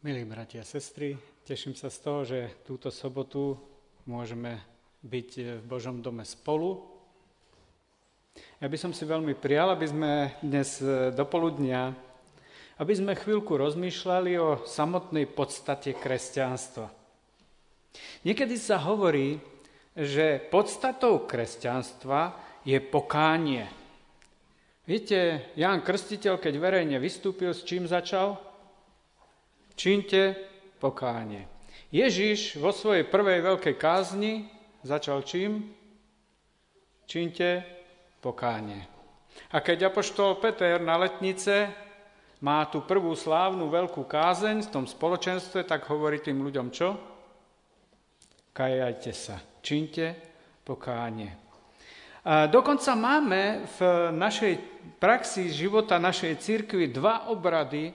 Milí bratia a sestry, teším sa z toho, že túto sobotu môžeme byť v Božom dome spolu. Ja by som si veľmi prijal, aby sme dnes dopoludnia, aby sme chvíľku rozmýšľali o samotnej podstate kresťanstva. Niekedy sa hovorí, že podstatou kresťanstva je pokánie. Viete, Ján Krstiteľ, keď verejne vystúpil, s čím začal? Čiňte pokánie. Ježiš vo svojej prvej veľkej kázni začal čím? Čiňte pokánie. A keď apoštol Peter na Letnice má tú prvú slávnu veľkú kázeň v tom spoločenstve, tak hovorí tým ľuďom čo? Kajajte sa, čiňte pokánie. A dokonca máme v našej praxi života našej cirkvi dva obrady,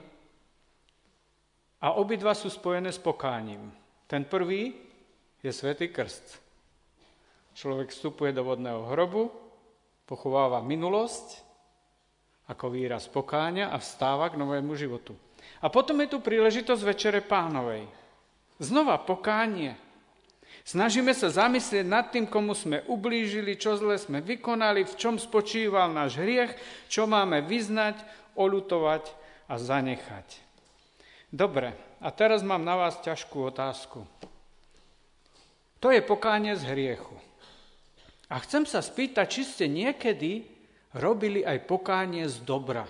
a obidva sú spojené s pokáním. Ten prvý je Svätý krst. Človek vstupuje do vodného hrobu, pochováva minulosť ako výraz pokáňa a vstáva k novému životu. A potom je tu príležitosť Večere Pánovej. Znova pokánie. Snažíme sa zamyslieť nad tým, komu sme ublížili, čo zle sme vykonali, v čom spočíval náš hriech, čo máme vyznať, oľutovať a zanechať. Dobre, a teraz mám na vás ťažkú otázku. To je pokánie z hriechu. A chcem sa spýtať, či ste niekedy robili aj pokánie z dobra.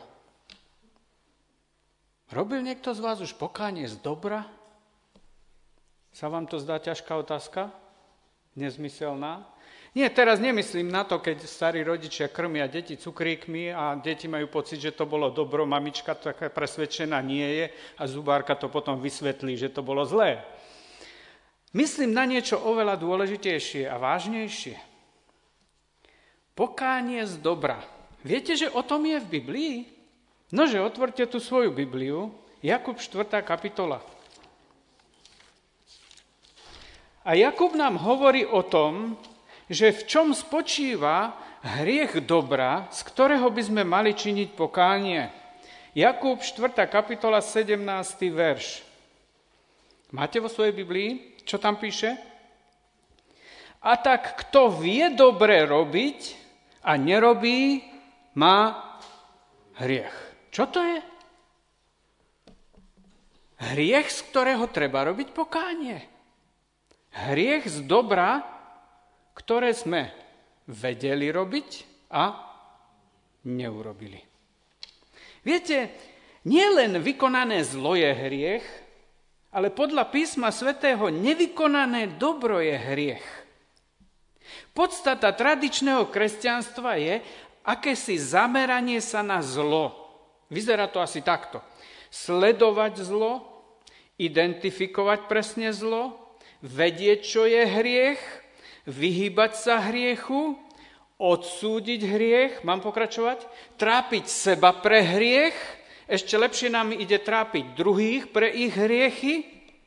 Robil niekto z vás už pokánie z dobra? Sa vám to zdá ťažká otázka? Nezmyselná? Nie, teraz nemyslím na to, keď starí rodičia krmia deti cukríkmi a deti majú pocit, že to bolo dobro, mamička taká presvedčená nie je a zubárka to potom vysvetlí, že to bolo zlé. Myslím na niečo oveľa dôležitejšie a vážnejšie. Pokánie z dobra. Viete, že o tom je v Biblii? Nože, otvorte tú svoju Bibliu, Jakub 4. kapitola. A Jakub nám hovorí o tom, že v čom spočíva hriech dobra, z ktorého by sme mali činiť pokánie. Jakub 4. kapitola 17. verš. Máte vo svojej Biblii, čo tam píše? A tak kto vie dobre robiť a nerobí, má hriech. Čo to je? Hriech, z ktorého treba robiť pokánie. Hriech z dobra, ktoré sme vedeli robiť a neurobili. Viete, nie len vykonané zlo je hriech, ale podľa písma svätého nevykonané dobro je hriech. Podstata tradičného kresťanstva je akési zameranie sa na zlo. Vyzerá to asi takto. Sledovať zlo, identifikovať presne zlo, vedieť, čo je hriech, vyhýbať sa hriechu, odsúdiť hriech, mám pokračovať, trápiť seba pre hriech, ešte lepšie nám ide trápiť druhých pre ich hriechy.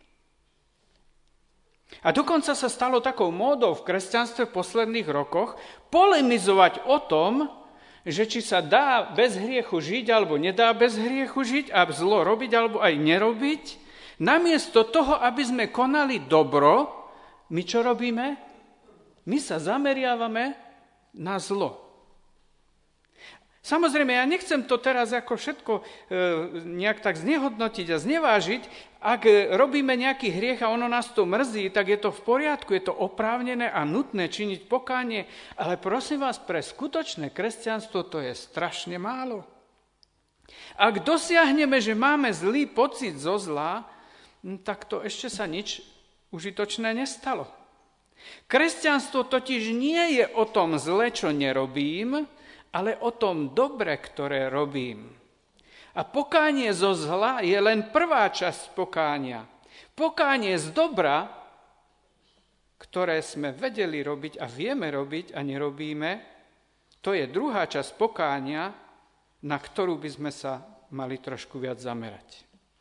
A dokonca sa stalo takou módou v kresťanstve v posledných rokoch polemizovať o tom, že či sa dá bez hriechu žiť alebo nedá bez hriechu žiť a zlo robiť alebo aj nerobiť. Namiesto toho, aby sme konali dobro, my čo robíme? My sa zameriavame na zlo. Samozrejme, ja nechcem to teraz ako všetko nejak tak znehodnotiť a znevážiť. Ak robíme nejaký hriech a ono nás to mrzí, tak je to v poriadku, je to oprávnené a nutné činiť pokánie. Ale prosím vás, pre skutočné kresťanstvo to je strašne málo. Ak dosiahneme, že máme zlý pocit zo zla, tak to ešte sa nič užitočné nestalo. Kresťanstvo totiž nie je o tom zle, čo nerobím, ale o tom dobre, ktoré robím. A pokánie zo zla je len prvá časť pokánia. Pokánie z dobra, ktoré sme vedeli robiť a vieme robiť a nerobíme, to je druhá časť pokánia, na ktorú by sme sa mali trošku viac zamerať.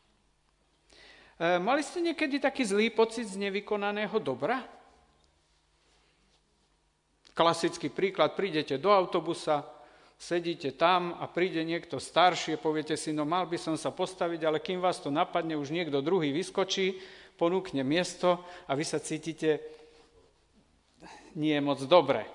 Mali ste niekedy taký zlý pocit z nevykonaného dobra? Klasický príklad, prídete do autobusa, sedíte tam a príde niekto starší, poviete si, no mal by som sa postaviť, ale kým vás to napadne, už niekto druhý vyskočí, ponúkne miesto a vy sa cítite nie moc dobre.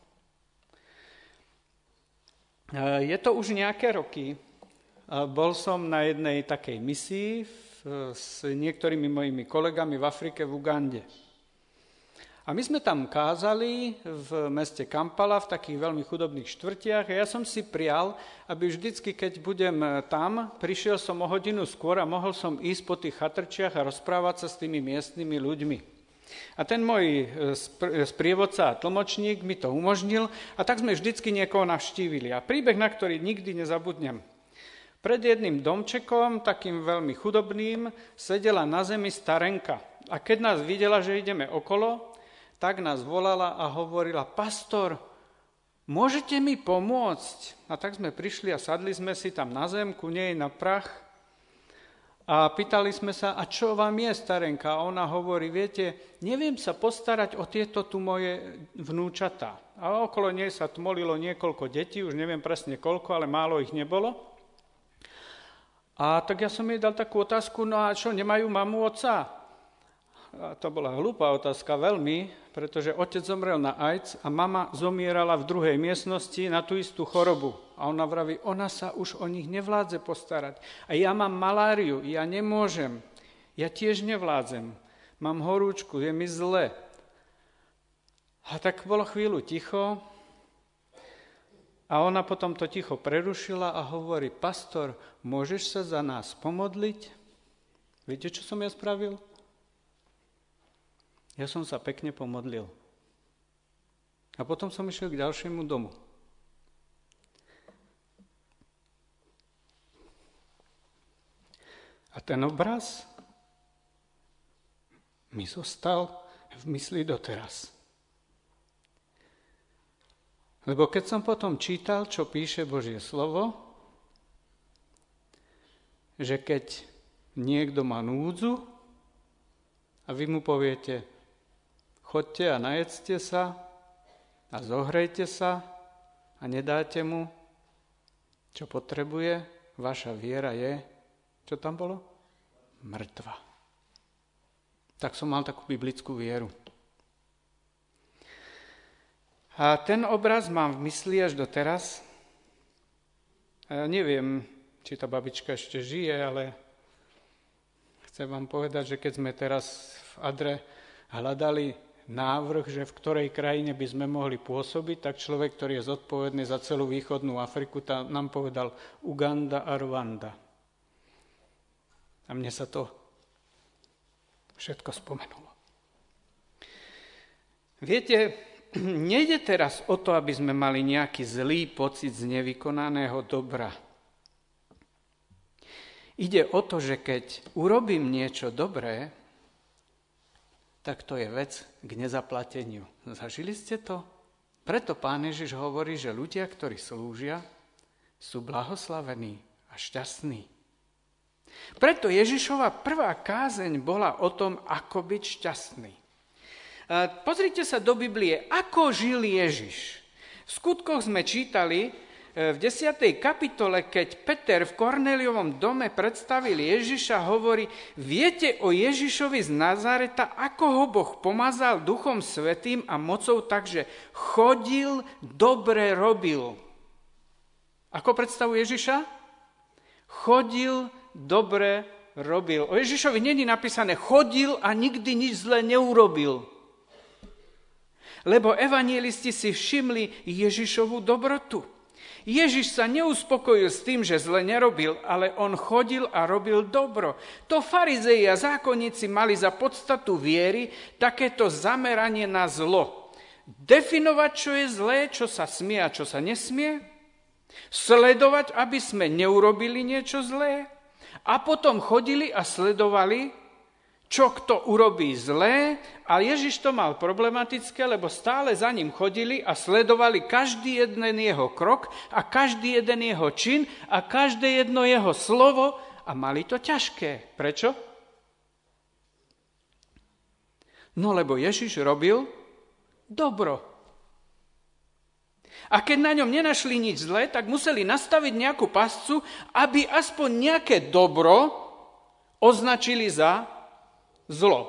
Je to už nejaké roky. Bol som na jednej takej misii s niektorými mojimi kolegami v Afrike, v Ugande. A my sme tam kázali v meste Kampala, v takých veľmi chudobných štvrtiach. A ja som si prial, aby vždycky, keď budem tam, prišiel som o hodinu skôr a mohol som ísť po tých chatrčiach a rozprávať sa s tými miestnymi ľuďmi. A ten môj sprievodca a tlmočník mi to umožnil a tak sme vždycky niekoho navštívili. A príbeh, na ktorý nikdy nezabudnem. Pred jedným domčekom, takým veľmi chudobným, sedela na zemi starenka. A keď nás videla, že ideme okolo, tak nás volala a hovorila, pastor, môžete mi pomôcť? A tak sme prišli a sadli sme si tam na zem, ku nej na prach. A pýtali sme sa, a čo vám je, starenka? A ona hovorí, viete, neviem sa postarať o tieto tu moje vnúčatá. A okolo nej sa tmolilo niekoľko detí, už neviem presne koľko, ale málo ich nebolo. A tak ja som jej dal takú otázku, no a čo, nemajú mamu, otca? A to bola hlúpa otázka veľmi, pretože otec zomrel na AIDS a mama zomierala v druhej miestnosti na tú istú chorobu. A ona vraví, ona sa už o nich nevládze postarať. A ja mám maláriu, ja nemôžem. Ja tiež nevládzem. Mám horúčku, je mi zle. A tak bolo chvíľu ticho. A ona potom to ticho prerušila a hovorí, pastor, môžeš sa za nás pomodliť? Viete, čo som ja spravil? Ja som sa pekne pomodlil. A potom som išiel k ďalšiemu domu. A ten obraz mi zostal v mysli doteraz. Lebo keď som potom čítal, čo píše Božie slovo, že keď niekto má núdzu a vy mu poviete, chodte a najedzte sa a zohrejte sa a nedáte mu, čo potrebuje, vaša viera je, čo tam bolo? Mŕtva. Tak som mal takú biblickú vieru. A ten obraz mám v mysli až doteraz. A ja neviem, či tá babička ešte žije, ale chcem vám povedať, že keď sme teraz v Adre hľadali návrh, že v ktorej krajine by sme mohli pôsobiť, tak človek, ktorý je zodpovedný za celú východnú Afriku, nám povedal Uganda a Rwanda. A mne sa to všetko spomenulo. Viete, nejde teraz o to, aby sme mali nejaký zlý pocit z nevykonaného dobra. Ide o to, že keď urobím niečo dobré, tak to je vec k nezaplateniu. Zažili ste to? Preto Pán Ježiš hovorí, že ľudia, ktorí slúžia, sú blahoslavení a šťastní. Preto Ježišova prvá kázeň bola o tom, ako byť šťastný. Pozrite sa do Biblie, ako žil Ježiš. V skutkoch sme čítali v 10. kapitole, keď Peter v Kornéliovom dome predstavil Ježiša, hovorí, viete o Ježišovi z Nazareta, ako ho Boh pomazal Duchom Svätým a mocou, takže chodil, dobre robil. Ako predstavuje Ježiša? Chodil, dobre robil. O Ježišovi nie je napísané chodil a nikdy nič zlé neurobil. Lebo evanjelisti si všimli Ježišovu dobrotu. Ježiš sa neuspokojil s tým, že zle nerobil, ale on chodil a robil dobro. To farizei a zákonníci mali za podstatu viery takéto zameranie na zlo. Definovať, čo je zlé, čo sa smie a čo sa nesmie. Sledovať, aby sme neurobili niečo zlé. A potom chodili a sledovali, čo kto urobí zlé, a Ježiš to mal problematické, lebo stále za ním chodili a sledovali každý jeden jeho krok a každý jeden jeho čin a každé jedno jeho slovo a mali to ťažké. Prečo? No lebo Ježiš robil dobro. A keď na ňom nenašli nič zlé, tak museli nastaviť nejakú pascu, aby aspoň nejaké dobro označili za zlo.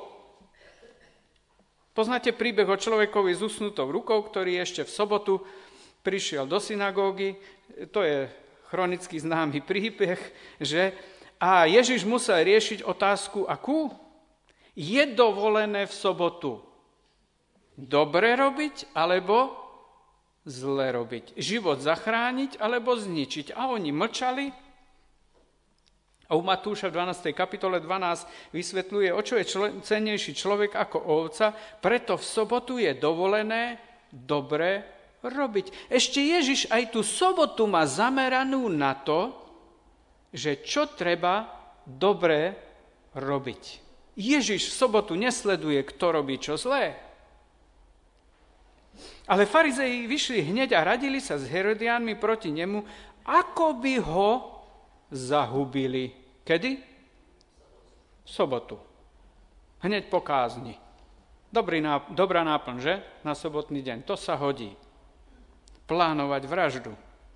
Poznáte príbeh o človekovi s usnutou rukou, ktorý ešte v sobotu prišiel do synagógy. To je chronicky známy príbeh, že? A Ježiš musel riešiť otázku, akú? Je dovolené v sobotu dobre robiť, alebo zle robiť? Život zachrániť, alebo zničiť? A oni mlčali. A u Matúša v 12. kapitole 12 vysvetľuje, o čo je cennejší človek ako ovca, preto v sobotu je dovolené dobre robiť. Ešte Ježiš aj tú sobotu má zameranú na to, že čo treba dobre robiť. Ježiš v sobotu nesleduje, kto robí čo zlé. Ale farizei vyšli hneď a radili sa s Herodiánmi proti nemu, ako by ho zahubili. Kedy? V sobotu. Hneď po kázni. Dobrá náplň, že? Na sobotný deň. To sa hodí. Plánovať vraždu.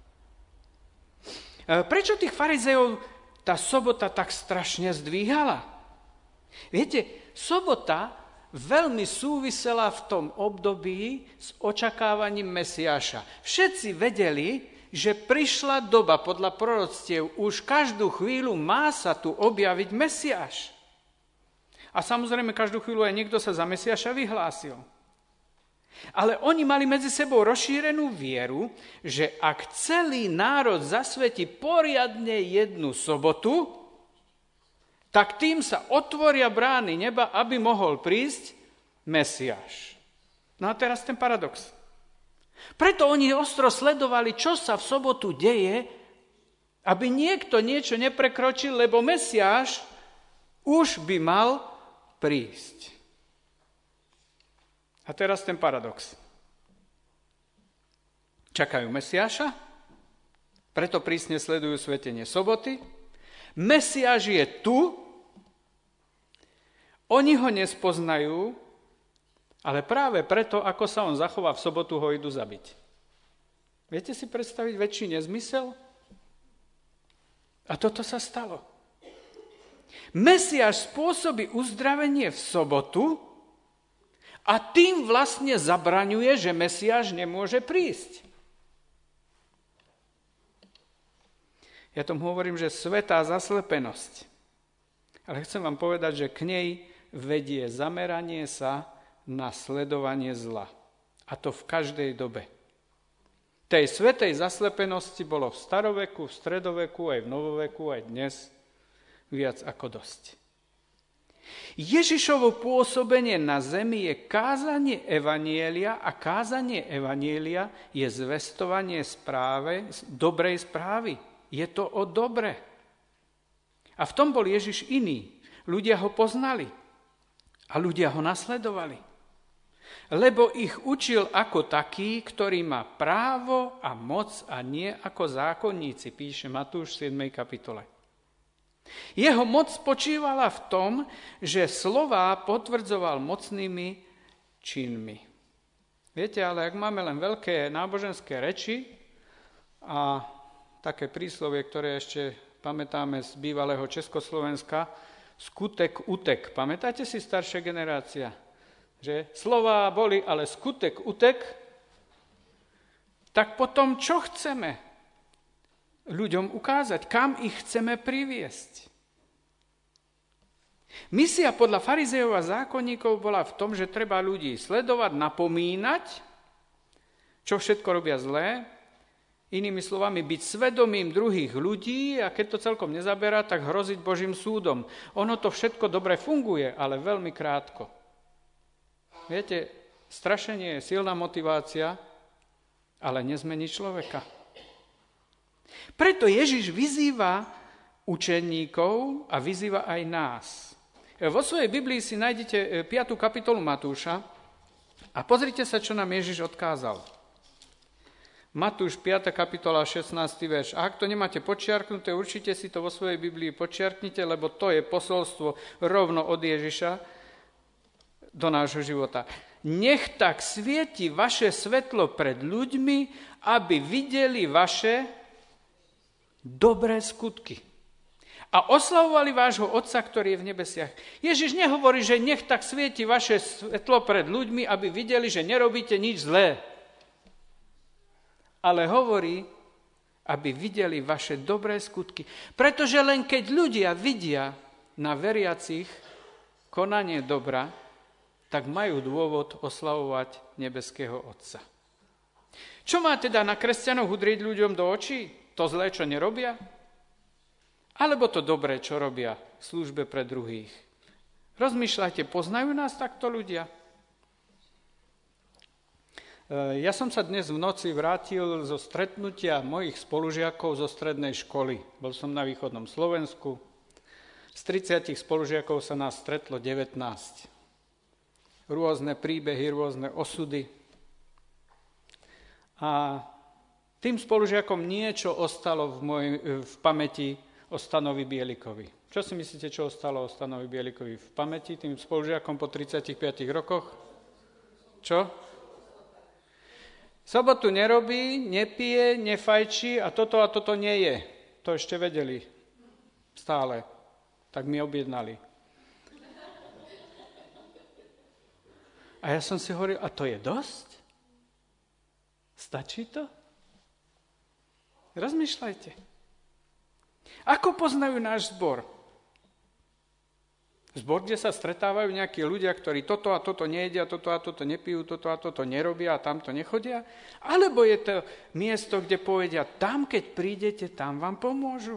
Prečo tých farizejov tá sobota tak strašne zdvíhala? Viete, sobota veľmi súvisela v tom období s očakávaním Mesiáša. Všetci vedeli, že prišla doba podľa proroctiev, už každú chvíľu má sa tu objaviť Mesiáš. A samozrejme, každú chvíľu aj niekto sa za Mesiáša vyhlásil. Ale oni mali medzi sebou rozšírenú vieru, že ak celý národ zasvetí poriadne jednu sobotu, tak tým sa otvoria brány neba, aby mohol prísť Mesiáš. No a teraz ten paradox. Preto oni ostro sledovali, čo sa v sobotu deje, aby niekto niečo neprekročil, lebo Mesiáš už by mal prísť. A teraz ten paradox. Čakajú Mesiáša, preto prísne sledujú svetenie soboty. Mesiáš je tu, oni ho nespoznajú, ale práve preto, ako sa on zachová v sobotu, ho idú zabiť. Viete si predstaviť väčší nezmysel? A toto sa stalo. Mesiáš spôsobí uzdravenie v sobotu, a tým vlastne zabraňuje, že Mesiáš nemôže prísť. Ja tomu hovorím, že svätá zaslepenosť. Ale chcem vám povedať, že k nej vedie zameranie sa na sledovanie zla. A to v každej dobe. Tej svätej zaslepenosti bolo v staroveku, v stredoveku, aj v novoveku, aj dnes viac ako dosť. Ježišovo pôsobenie na zemi je kázanie evanjelia a kázanie evanjelia je zvestovanie dobrej správy. Je to o dobre. A v tom bol Ježiš iný. Ľudia ho poznali a ľudia ho nasledovali. Lebo ich učil ako taký, ktorý má právo a moc a nie ako zákonníci, píše Matúš v 7. kapitole. Jeho moc spočívala v tom, že slová potvrdzoval mocnými činmi. Viete, ale ak máme len veľké náboženské reči a také príslovie, ktoré ešte pamätáme z bývalého Československa, skutek utek. Pamätáte si, staršia generácia? Že slová boli, ale skutek utek. Tak potom čo chceme ľuďom ukázať? Kam ich chceme priviesť? Misia podľa farizejov a zákonníkov bola v tom, že treba ľudí sledovať, napomínať, čo všetko robia zlé, inými slovami byť svedomím druhých ľudí a keď to celkom nezaberá, tak hroziť Božím súdom. Ono to všetko dobre funguje, ale veľmi krátko. Viete, strašenie je silná motivácia, ale nezmení človeka. Preto Ježiš vyzýva učeníkov a vyzýva aj nás. Vo svojej Biblii si nájdete 5. kapitolu Matúša a pozrite sa, čo nám Ježiš odkázal. Matúš 5. kapitola 16. verš. A ak to nemáte počiarknuté, určite si to vo svojej Biblii počiarknite, lebo to je posolstvo rovno od Ježiša do nášho života. nech tak svieti vaše svetlo pred ľuďmi, aby videli vaše dobré skutky a oslavovali vášho Otca, ktorý je v nebesiach. Ježiš nehovorí, že nech tak svieti vaše svetlo pred ľuďmi, aby videli, že nerobíte nič zlé. Ale hovorí, aby videli vaše dobré skutky. Pretože len keď ľudia vidia na veriacich konanie dobra, tak majú dôvod oslavovať nebeského Otca. Čo má teda na kresťanov udrieť ľuďom do očí? To zlé, čo nerobia? Alebo to dobré, čo robia v službe pre druhých? Rozmýšľajte, poznajú nás takto ľudia? Ja som sa dnes v noci vrátil zo stretnutia mojich spolužiakov zo strednej školy. Bol som na východnom Slovensku. Z 30 spolužiakov sa nás stretlo 19. Rôzne príbehy, rôzne osudy. A tým spolužiakom niečo ostalo v pamäti o Stanovi Bielikovi. Čo si myslíte, čo ostalo o Stanovi Bielikovi v pamäti tým spolužiakom po 35 rokoch? Čo? Sobotu nerobí, nepije, nefajčí a toto nie je. To ešte vedeli stále. Tak mi objednali. A ja som si hovoril, a to je dosť? Stačí to? Rozmýšľajte. Ako poznajú náš zbor? Zbor, kde sa stretávajú nejakí ľudia, ktorí toto a toto nejedia, toto a toto nepijú, toto a toto nerobia a tamto nechodia? Alebo je to miesto, kde povedia, tam keď prídete, tam vám pomôžu?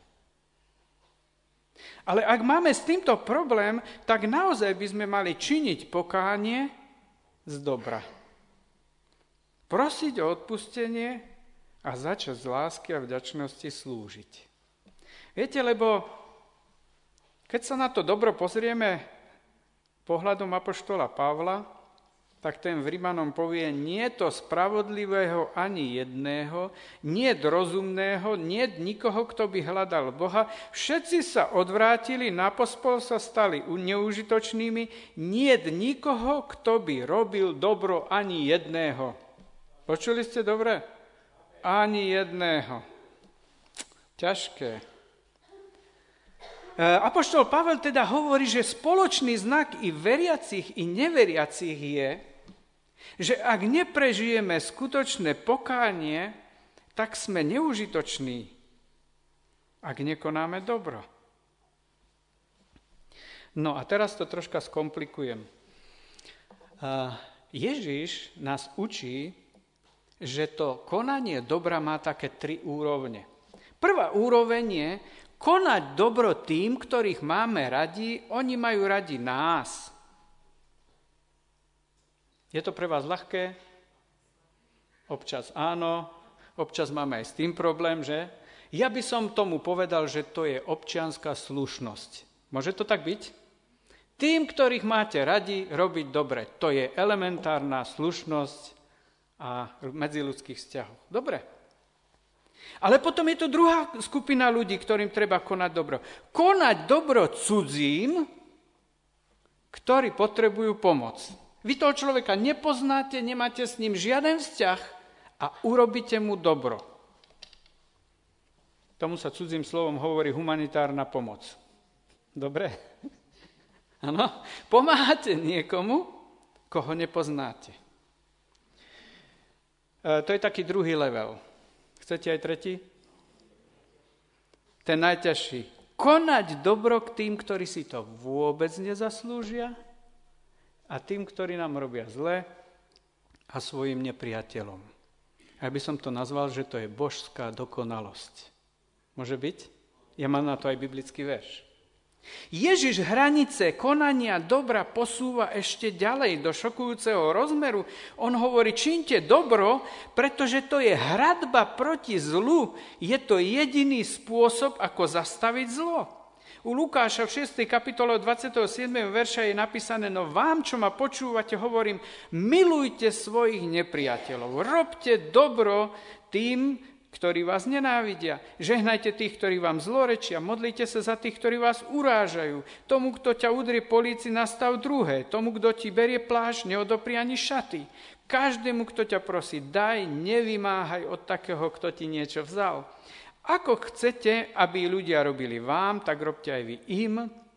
Ale ak máme s týmto problém, tak naozaj by sme mali činiť pokánie z dobra. Prosiť o odpustenie a začať z lásky a vďačnosti slúžiť. Viete, lebo keď sa na to dobro pozrieme pohľadom apoštola Pavla, tak ten v Rimanom povie, nie to spravodlivého ani jedného, nie rozumného, nie nikoho, kto by hľadal Boha. Všetci sa odvrátili, napospol sa stali neužitočnými, nie nikoho, kto by robil dobro ani jedného. Počuli ste dobre? Ani jedného. Ťažké. Apoštol Pavel teda hovorí, že spoločný znak i veriacich, i neveriacich je, že ak neprežijeme skutočné pokánie, tak sme neužitoční, ak nekonáme dobro. No a teraz to troška skomplikujem. Ježiš nás učí, že to konanie dobra má také 3 úrovne. Prvá úroveň je konať dobro tým, ktorých máme radi, oni majú radi nás. Je to pre vás ľahké? Občas áno, občas máme aj s tým problém, že? Ja by som tomu povedal, že to je občianska slušnosť. Môže to tak byť? Tým, ktorých máte radi, robiť dobre. To je elementárna slušnosť a medziľudských vzťahov. Dobre. Ale potom je tu druhá skupina ľudí, ktorým treba konať dobro. Konať dobro cudzím, ktorí potrebujú pomoc. Vy toho človeka nepoznáte, nemáte s ním žiaden vzťah a urobíte mu dobro. Tomu sa cudzím slovom hovorí humanitárna pomoc. Dobre? Áno? Pomáhate niekomu, koho nepoznáte. To je taký druhý level. Chcete aj tretí? Ten najťažší. Konať dobro k tým, ktorí si to vôbec nezaslúžia a tým, ktorí nám robia zle a svojim nepriateľom. Ja by som to nazval, že to je božská dokonalosť. Môže byť? Ja mám na to aj biblický verš. Ježiš hranice konania dobra posúva ešte ďalej do šokujúceho rozmeru. On hovorí, čínte dobro, pretože to je hradba proti zlu. Je to jediný spôsob, ako zastaviť zlo. U Lukáša v 6. kapitole 27. verša je napísané, no vám, čo ma počúvate, hovorím, milujte svojich nepriateľov, robte dobro tým, ktorí vás nenávidia. Žehnajte tých, ktorí vám zlorečia. Modlite sa za tých, ktorí vás urážajú. Tomu, kto ťa udrie po líci, nastav druhé. Tomu, kto ti berie plášť, neodopri ani šaty. Každému, kto ťa prosí, daj, nevymáhaj od takého, kto ti niečo vzal. Ako chcete, aby ľudia robili vám, tak robte aj vy im.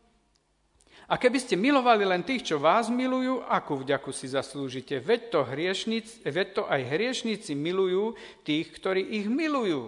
A keby ste milovali len tých, čo vás milujú, akú vďaku si zaslúžite? Veď to aj hriešnici milujú tých, ktorí ich milujú.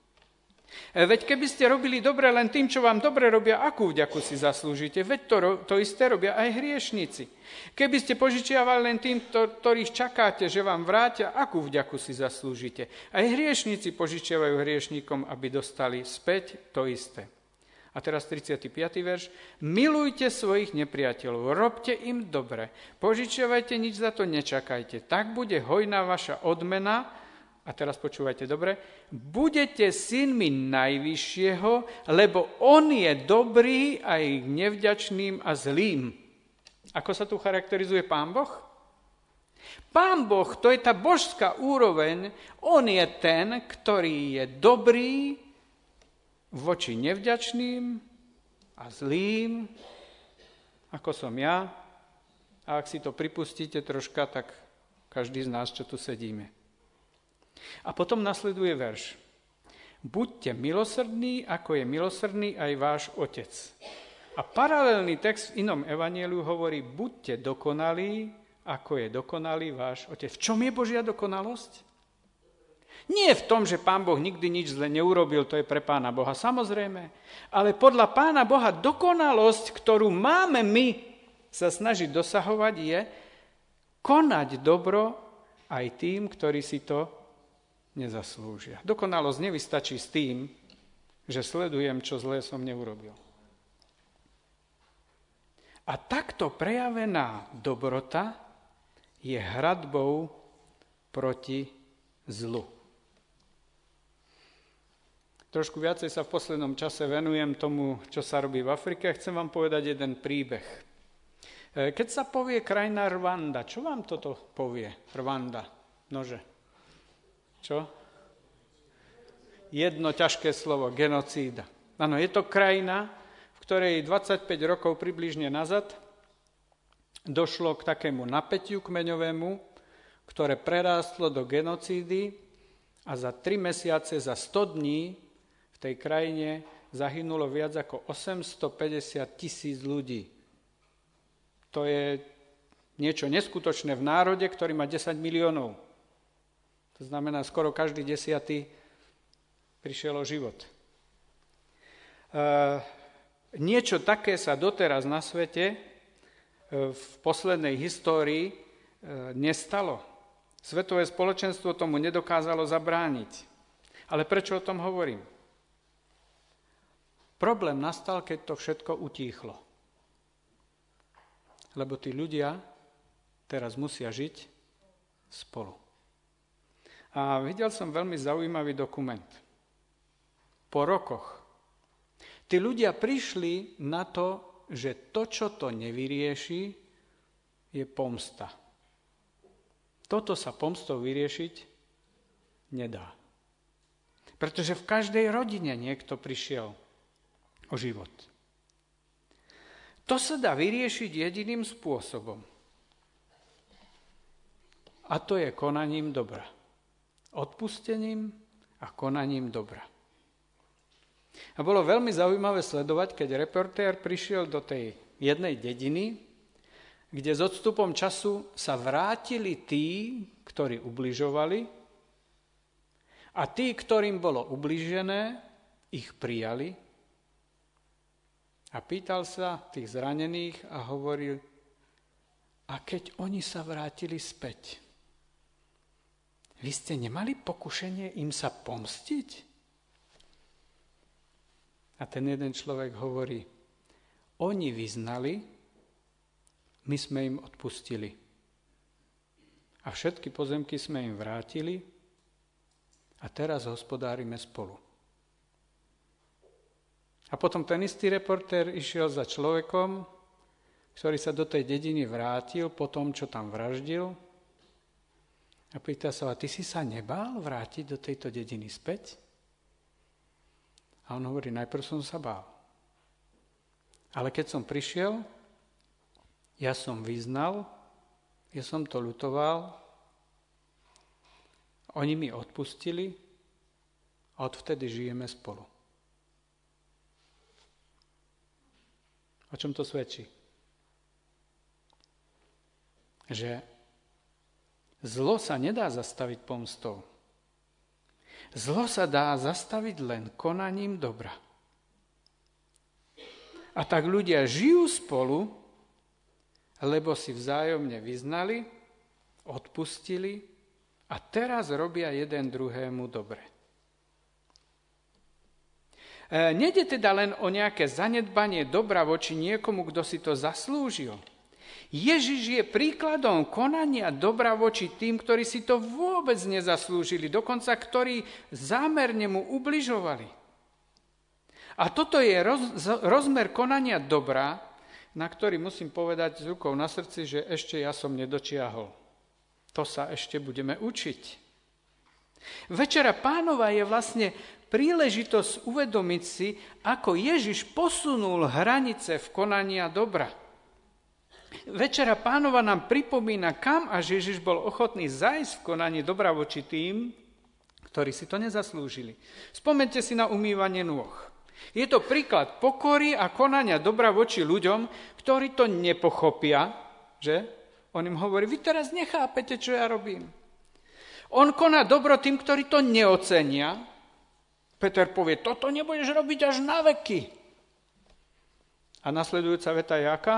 Veď keby ste robili dobre len tým, čo vám dobre robia, akú vďaku si zaslúžite? Veď to isté robia aj hriešnici. Keby ste požičiavali len tým, ktorých čakáte, že vám vrátia, akú vďaku si zaslúžite? Aj hriešnici požičiavajú hriešnikom, aby dostali späť to isté. A teraz 35. verš. Milujte svojich nepriateľov, robte im dobre, požičiavajte, nič za to nečakajte. Tak bude hojná vaša odmena, a teraz počúvajte dobre, budete synmi Najvyššieho, lebo on je dobrý aj k nevďačným a zlým. Ako sa tu charakterizuje Pán Boh? Pán Boh, to je tá božská úroveň, on je ten, ktorý je dobrý voči nevďačným a zlým, ako som ja. A ak si to pripustíte troška, tak každý z nás, čo tu sedíme. A potom nasleduje verš. Buďte milosrdní, ako je milosrdný aj váš Otec. A paralelný text v inom evanjeliu hovorí, buďte dokonalí, ako je dokonalý váš Otec. V čom je Božia dokonalosť? Nie v tom, že Pán Boh nikdy nič zle neurobil, to je pre Pána Boha, samozrejme. Ale podľa Pána Boha dokonalosť, ktorú máme my sa snažiť dosahovať, je konať dobro aj tým, ktorí si to nezaslúžia. Dokonalosť nevystačí s tým, že sledujem, čo zlé som neurobil. A takto prejavená dobrota je hradbou proti zlu. Trošku viacej sa v poslednom čase venujem tomu, čo sa robí v Afrike. Chcem vám povedať jeden príbeh. Keď sa povie krajina Rwanda, čo vám toto povie? Rwanda, nože. Čo? Jedno ťažké slovo, genocída. Áno, je to krajina, v ktorej 25 rokov približne nazad došlo k takému napätiu kmeňovému, ktoré prerástlo do genocídy a za 3 mesiace, za 100 dní v tej krajine zahynulo viac ako 850 000 ľudí. To je niečo neskutočné v národe, ktorý má 10 miliónov. To znamená, skoro každý 10. prišiel o život. Niečo také sa doteraz na svete v poslednej histórii nestalo. Svetové spoločenstvo tomu nedokázalo zabrániť. Ale prečo o tom hovorím? Problém nastal, keď to všetko utíchlo. Lebo tí ľudia teraz musia žiť spolu. A videl som veľmi zaujímavý dokument. Po rokoch tí ľudia prišli na to, že to, čo to nevyrieši, je pomsta. Toto sa pomstou vyriešiť nedá. Pretože v každej rodine niekto prišiel o život. To sa dá vyriešiť jediným spôsobom. A to je konaním dobra. Odpustením a konaním dobra. A bolo veľmi zaujímavé sledovať, keď reportér prišiel do tej jednej dediny, kde s odstupom času sa vrátili tí, ktorí ubližovali, a tí, ktorým bolo ubližené, ich prijali a pýtal sa tých zranených a hovoril, a keď oni sa vrátili späť, vy ste nemali pokušenie im sa pomstiť? A ten jeden človek hovorí, oni vyznali, my sme im odpustili. A všetky pozemky sme im vrátili a teraz hospodárime spolu. A potom ten istý reportér išiel za človekom, ktorý sa do tej dediny vrátil po tom, čo tam vraždil, A pýta sa, a ty si sa nebál vrátiť do tejto dediny späť? A on hovorí, najprv som sa bál. Ale keď som prišiel, ja som vyznal, ja som to ľutoval, oni mi odpustili a odvtedy žijeme spolu. O čom to svedčí? Že zlo sa nedá zastaviť pomstou. Zlo sa dá zastaviť len konaním dobra. A tak ľudia žijú spolu, lebo si vzájomne vyznali, odpustili a teraz robia jeden druhému dobre. Nejde teda len o nejaké zanedbanie dobra voči niekomu, kto si to zaslúžil. Ježiš je príkladom konania dobra voči tým, ktorí si to vôbec nezaslúžili, dokonca ktorí zámerne mu ubližovali. A toto je rozmer konania dobra, na ktorý musím povedať s rukou na srdci, že ešte ja som nedočiahol. To sa ešte budeme učiť. Večera Pánova je vlastne príležitosť uvedomiť si, ako Ježiš posunul hranice v konania dobra. Večera Pánova nám pripomína, kam až Ježiš bol ochotný zájsť v konaní dobra voči tým, ktorí si to nezaslúžili. Spomeňte si na umývanie nôh. Je to príklad pokory a konania dobra voči ľuďom, ktorí to nepochopia, že? On im hovorí, vy teraz nechápete, čo ja robím. On koná dobro tým, ktorí to neocenia. Peter povie, toto nebudeš robiť až na veky. A nasledujúca veta je aká?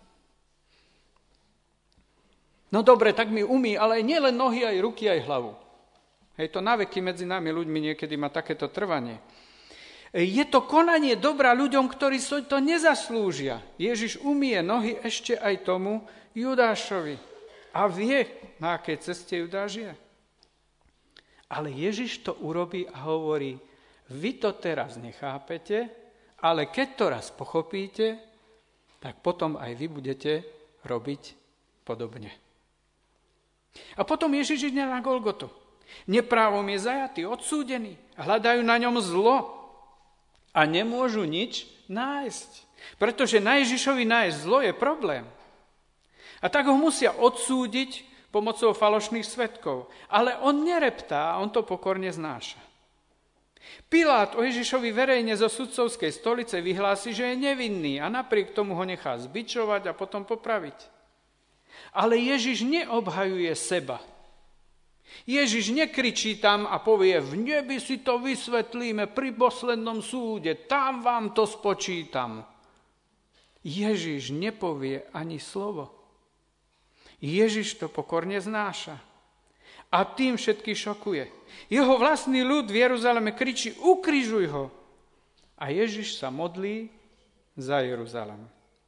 No dobre, tak mi umí, ale nie len nohy, aj ruky, aj hlavu. Hej, to na veky medzi nami ľuďmi niekedy má takéto trvanie. Je to konanie dobra ľuďom, ktorí si to nezaslúžia. Ježiš umie nohy ešte aj tomu Judášovi. A vie, na akej ceste Judáš je. Ale Ježiš to urobí a hovorí, vy to teraz nechápete, ale keď to raz pochopíte, tak potom aj vy budete robiť podobne. A potom Ježiš ide na Golgotu. Neprávom je zajatý, odsúdený. Hľadajú na ňom zlo a nemôžu nič nájsť. Pretože na Ježišovi nájsť zlo je problém. A tak ho musia odsúdiť pomocou falošných svedkov. Ale on nereptá, on to pokorne znáša. Pilát o Ježišovi verejne zo sudcovskej stolice vyhlási, že je nevinný a napriek tomu ho nechá zbičovať a potom popraviť. Ale Ježiš neobhajuje seba. Ježiš nekričí tam a povie, v nebi si to vysvetlíme pri poslednom súde, tam vám to spočítam. Ježiš nepovie ani slovo. Ježiš to pokorne znáša. A tým všetky šokuje. Jeho vlastný ľud v Jeruzaleme kričí, ukrižuj ho. A Ježiš sa modlí za Jeruzalem.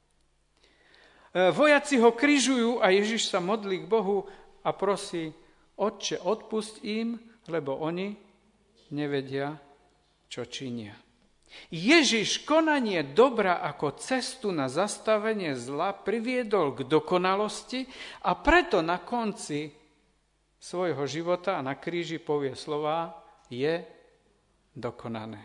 Vojaci ho križujú a Ježiš sa modlí k Bohu a prosí, Otče, odpusť im, lebo oni nevedia, čo činia. Ježiš konanie dobra ako cestu na zastavenie zla priviedol k dokonalosti a preto na konci svojho života a na kríži povie slová, je dokonané.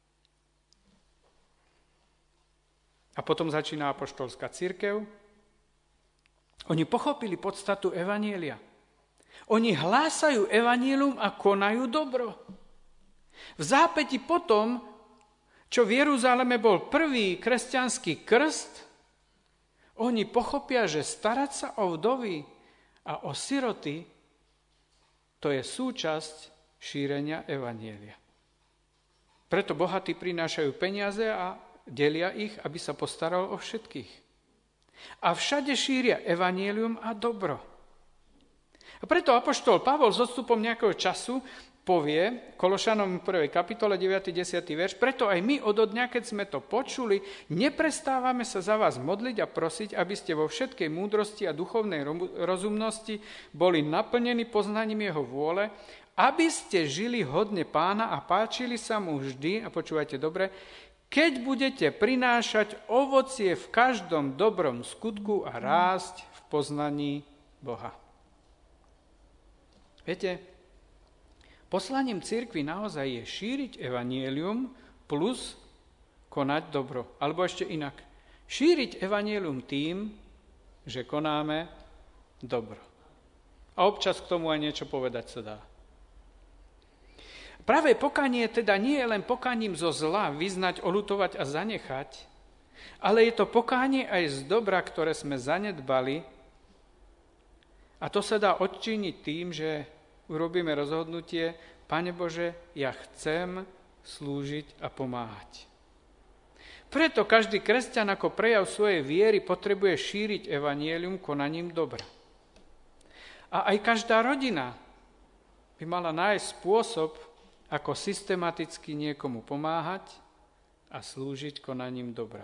A potom začína apoštolská cirkev. Oni pochopili podstatu evanjelia. Oni hlásajú evanjelium a konajú dobro. V zápäti potom, čo v Jeruzaleme bol prvý kresťanský krst, oni pochopia, že starať sa o vdovy a o siroty, to je súčasť šírenia evanjelia. Preto bohatí prinášajú peniaze a delia ich, aby sa postaral o všetkých. A všade šíria evanjelium a dobro. A preto apoštol Pavol s odstupom nejakého času povie, Kološanom 1. kapitole 9. 10. verš, preto aj my od dňa, keď sme to počuli, neprestávame sa za vás modliť a prosiť, aby ste vo všetkej múdrosti a duchovnej rozumnosti boli naplnení poznaním jeho vôle, aby ste žili hodne Pána a páčili sa mu vždy, a počúvajte dobre, keď budete prinášať ovocie v každom dobrom skutku a rásť v poznaní Boha. Viete, poslaním cirkvi naozaj je šíriť evanjelium plus konať dobro. Alebo ešte inak. Šíriť evanjelium tým, že konáme dobro. A občas k tomu aj niečo povedať sa dá. Práve pokánie teda nie je len pokáním zo zla, vyznať, oľutovať a zanechať, ale je to pokánie aj z dobra, ktoré sme zanedbali. A to sa dá odčiniť tým, že urobíme rozhodnutie: Pane Bože, ja chcem slúžiť a pomáhať. Preto každý kresťan ako prejav svojej viery potrebuje šíriť evanjelium konaním dobra. A aj každá rodina by mala nájsť spôsob, ako systematicky niekomu pomáhať a slúžiť konaním dobra.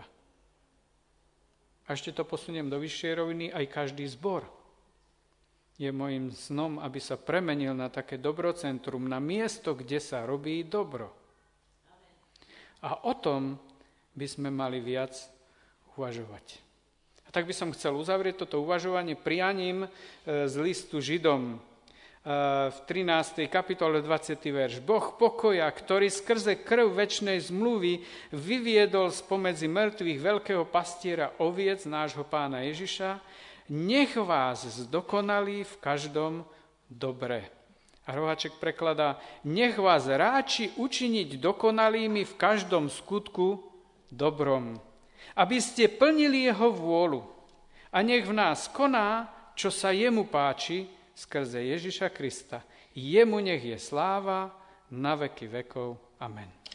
A ešte to posuniem do vyššej roviny, aj každý zbor je môjim snom, aby sa premenil na také dobrocentrum, na miesto, kde sa robí dobro. A o tom by sme mali viac uvažovať. A tak by som chcel uzavrieť toto uvažovanie prianím z listu Židom v 13. kapitole 20. verš. Boh pokoja, ktorý skrze krv večnej zmluvy vyviedol spomedzi mŕtvych veľkého pastiera oviec nášho Pána Ježiša, nech vás zdokonalí v každom dobre. A Roháček prekladá: nech vás ráči učiniť dokonalými v každom skutku dobrom, aby ste plnili jeho vôľu. A nech v nás koná, čo sa jemu páči, skrze Ježiša Krista. Jemu nech je sláva na veky vekov. Amen.